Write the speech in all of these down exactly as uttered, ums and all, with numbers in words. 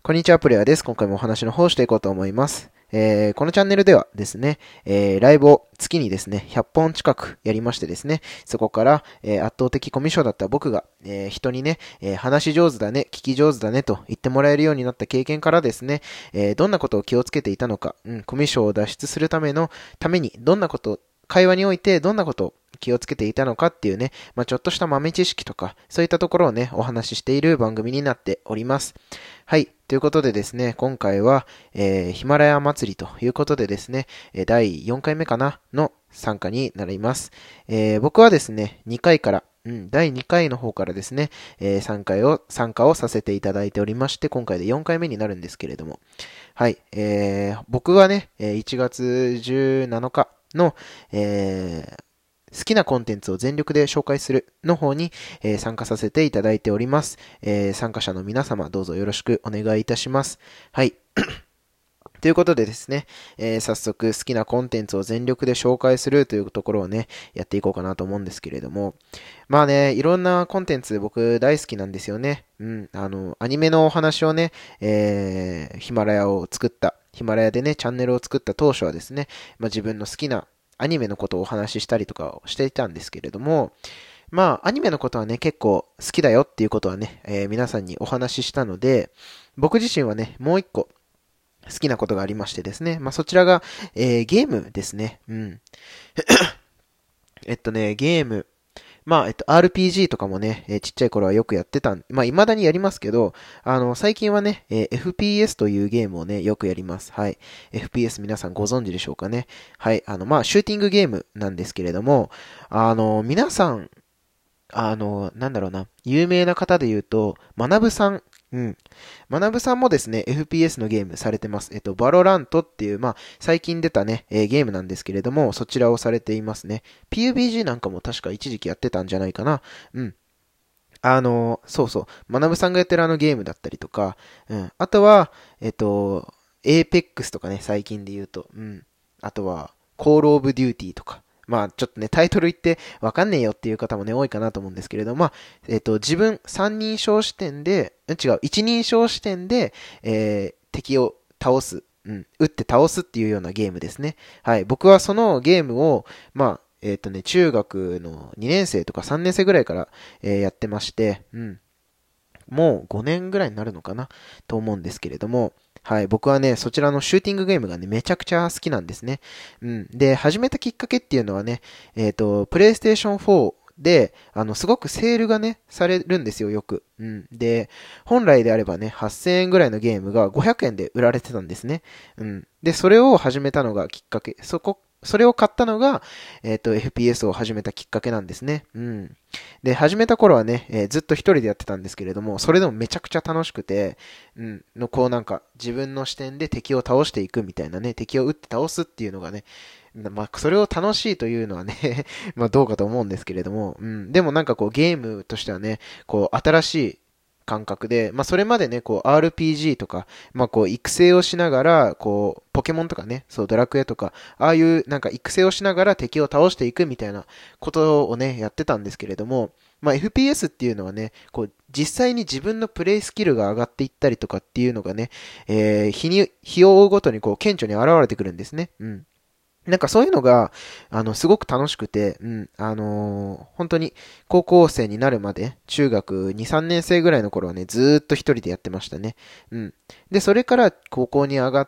こんにちは、プレイヤーです。今回もお話の方をしていこうと思います。えー、このチャンネルではですね、えー、ライブを月にですね、ひゃっぽん近くやりましてですね、そこから、えー圧倒的コミュ障だった僕が、えー人にね、えー話し上手だね、聞き上手だねと言ってもらえるようになった経験からですね、えーどんなことを気をつけていたのか、うん、コミュ障を脱出するためのために、どんなこと、会話においてどんなことを気をつけていたのかっていうね、まあ、ちょっとした豆知識とか、そういったところをね、お話ししている番組になっております。はい。ということでですね、今回は、えーヒマラヤ祭りということでですね、えーだいよんかいめかなの参加になります。えー僕はですね、にかいから、うん、だいにかいの方からですね、えー参加を、参加をさせていただいておりまして、今回でよんかいめになるんですけれども、はい、えー僕はね、えーいちがつじゅうなのかの、えー好きなコンテンツを全力で紹介するの方に、えー参加させていただいております。えー参加者の皆様どうぞよろしくお願いいたします。はい。ということでですね、えー早速好きなコンテンツを全力で紹介するというところをね、やっていこうかなと思うんですけれども、まあね、いろんなコンテンツ僕大好きなんですよね。うん、あの、アニメのお話をね、えーヒマラヤを作った、ヒマラヤでね、チャンネルを作った当初はですね、まあ自分の好きなアニメのことをお話ししたりとかをしていたんですけれども、まあ、アニメのことはね、結構好きだよっていうことはね、えー皆さんにお話ししたので、僕自身はね、もう一個好きなことがありましてですね、まあそちらが、えーゲームですね。うん。えっとね、ゲーム。まあ、えっと、アールピージー とかもね、えーちっちゃい頃はよくやってたん、まあ、未だにやりますけど、あの、最近はね、えー エフピーエス というゲームをね、よくやります。はい。エフピーエス 皆さんご存知でしょうかね。はい。あの、まあ、シューティングゲームなんですけれども、あの、皆さん、あの、なんだろうな、有名な方で言うと、学さん、うん。学さんもですね、エフピーエス のゲームされてます。えっと、バロラントっていう、まあ、最近出たね、えーゲームなんですけれども、そちらをされていますね。ピーユービージー なんかも確か一時期やってたんじゃないかな。うん。あの、そうそう、学さんがやってるあのゲームだったりとか、うん。あとは、えっと、エーペックスとかね、最近で言うと、うん。あとは、コールオブデューティーとか、まあちょっとね、タイトル言ってわかんねえよっていう方もね、多いかなと思うんですけれども、まあ、えっと、自分三人称視点で、ん違う、一人称視点で、えー敵を倒す、うん、撃って倒すっていうようなゲームですね。はい。僕はそのゲームを、まあ、えっとね、中学のにねん生とかさんねん生ぐらいから、えーやってまして、うん。もうごねんぐらいになるのかなと思うんですけれども、はい、僕はね、そちらのシューティングゲームがね、めちゃくちゃ好きなんですね。うん。で、始めたきっかけっていうのはね、えっと、プレイステーションフォーで、あの、すごくセールがね、されるんですよ、よく。うん。で、本来であればね、はっせんえんぐらいのゲームがごひゃくえんで売られてたんですね。うん。で、それを始めたのがきっかけ、そこ、それを買ったのが、えっと、エフピーエス を始めたきっかけなんですね。うん。で、始めた頃はね、えーずっと一人でやってたんですけれども、それでもめちゃくちゃ楽しくて、うん、の、こうなんか、自分の視点で敵を倒していくみたいなね、敵を撃って倒すっていうのがね、まあ、それを楽しいというのはねまあ、どうかと思うんですけれども、うん、でもなんかこう、ゲームとしてはね、こう、新しい、感覚で、まあ、それまでね、こう、アールピージー とか、まあ、こう、育成をしながら、こう、ポケモンとかね、そう、ドラクエとか、ああいうなんか育成をしながら敵を倒していくみたいなことをね、やってたんですけれども、まあ、エフピーエス っていうのはね、こう、実際に自分のプレイスキルが上がっていったりとかっていうのがね、えー日に、日を追うごとにこう、顕著に現れてくるんですね。うん。なんかそういうのが、あの、すごく楽しくて、うん、あのー本当に高校生になるまで、中学に、さんねん生ぐらいの頃はね、ずーっと一人でやってましたね。うん。で、それから高校に上がって、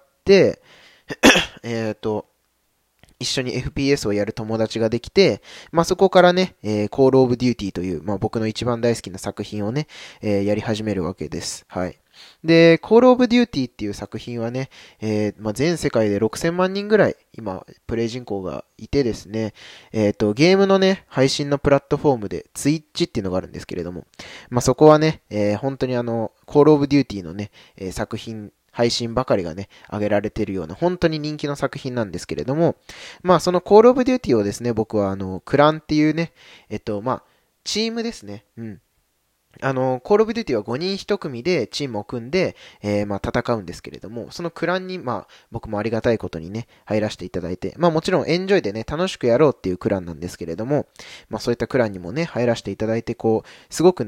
えっと、一緒に エフピーエス をやる友達ができて、まあ、そこからね、えー、コールオブデューティーという、まあ、僕の一番大好きな作品をね、えーやり始めるわけです。はい。で、コールオブデューティーっていう作品はね、えーまあ、全世界でろくせんまん人ぐらい、今、プレイ人口がいてですね、えっと、ゲームのね、配信のプラットフォームで、ツイッチっていうのがあるんですけれども、まあ、そこはね、えー本当にあの、コールオブデューティーのね、えー作品、配信ばかりがね、上げられているような、本当に人気の作品なんですけれども、まあ、そのコールオブデューティーをですね、僕はあの、クランっていうね、えっと、まあ、チームですね。うん。あの、コールオブデューティーはごにんひと組でチームを組んで、えー、まあ戦うんですけれども、そのクランに、まあ僕もありがたいことにね、入らせていただいて、まあもちろんエンジョイでね、楽しくやろうっていうクランなんですけれども、まあそういったクランにもね、入らせていただいて、こう、すごくね、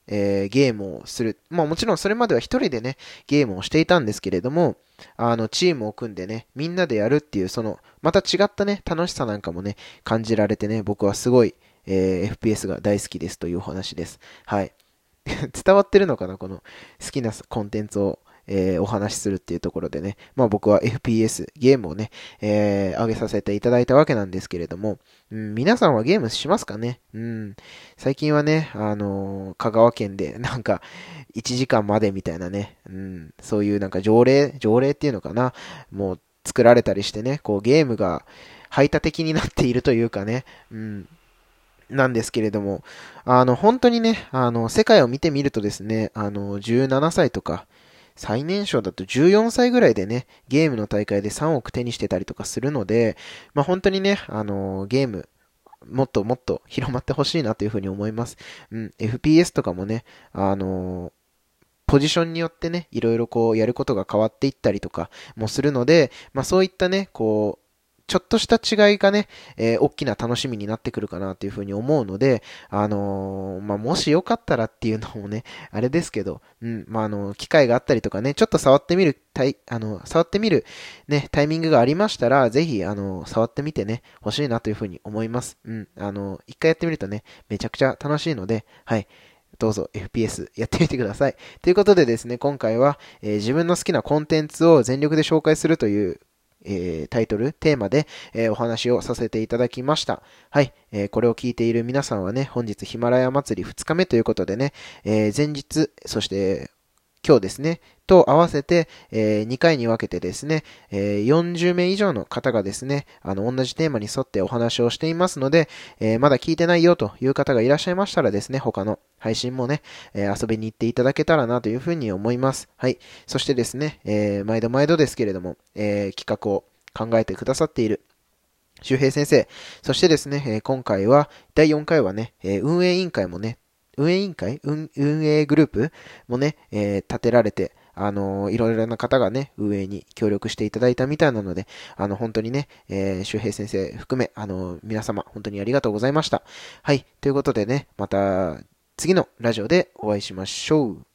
えーゲームをする。まあもちろんそれまでは一人でね、ゲームをしていたんですけれども、あの、チームを組んでね、みんなでやるっていう、その、また違ったね、楽しさなんかもね、感じられてね、僕はすごい、えー エフピーエス が大好きですというお話です。はい。伝わってるのかなこの好きなコンテンツを、えーお話しするっていうところでね。まあ僕は エフピーエス、ゲームをね、えー上げさせていただいたわけなんですけれども、うん、皆さんはゲームしますかね？うん。最近はね、あのー香川県でなんかいちじかんまでみたいなね、うん、そういうなんか条例、条例っていうのかな、もう作られたりしてね、こうゲームが排他的になっているというかね、うん、なんですけれども、あの、本当にね、あの、世界を見てみるとですね、あの、じゅうななさいとか、最年少だとじゅうよんさいぐらいでね、ゲームの大会でさんおく手にしてたりとかするので、まあ本当にね、あの、ゲーム、もっともっと広まってほしいなというふうに思います。うん、エフピーエス とかもね、あの、ポジションによってね、いろいろこうやることが変わっていったりとかもするので、まあそういったね、こう、ちょっとした違いがね、えー大きな楽しみになってくるかなというふうに思うので、あのーまあ、もしよかったらっていうのもね、あれですけど、うん、まあ、あの、機会があったりとかね、ちょっと触ってみる、たい、あの、触ってみる、ね、タイミングがありましたら、ぜひ、あの、触ってみてね、欲しいなというふうに思います。うん、あの、一回やってみるとね、めちゃくちゃ楽しいので、はい。どうぞ エフピーエス やってみてください。ということでですね、今回は、えー自分の好きなコンテンツを全力で紹介するというえータイトル、テーマで、えーお話をさせていただきました。はい、えーこれを聞いている皆さんはね、本日ヒマラヤ祭りふつかめということでね、えー前日、そして今日ですね、と合わせて、えーにかいに分けてですね、えーよんじゅうめい以上の方がですね、あの、同じテーマに沿ってお話をしていますので、えーまだ聞いてないよという方がいらっしゃいましたらですね、他の配信もね、えー遊びに行っていただけたらなというふうに思います。はい。そしてですね、えー毎度毎度ですけれども、えー企画を考えてくださっている周平先生、そしてですね、えー今回は、だいよんかいはね、えー運営委員会もね、運営委員会運運営グループもね、えー立てられて、あのーいろいろな方がね、運営に協力していただいたみたいなので、あの、本当にね、えー周平先生含め、あのー皆様、本当にありがとうございました。はい、ということでね、また、次のラジオでお会いしましょう。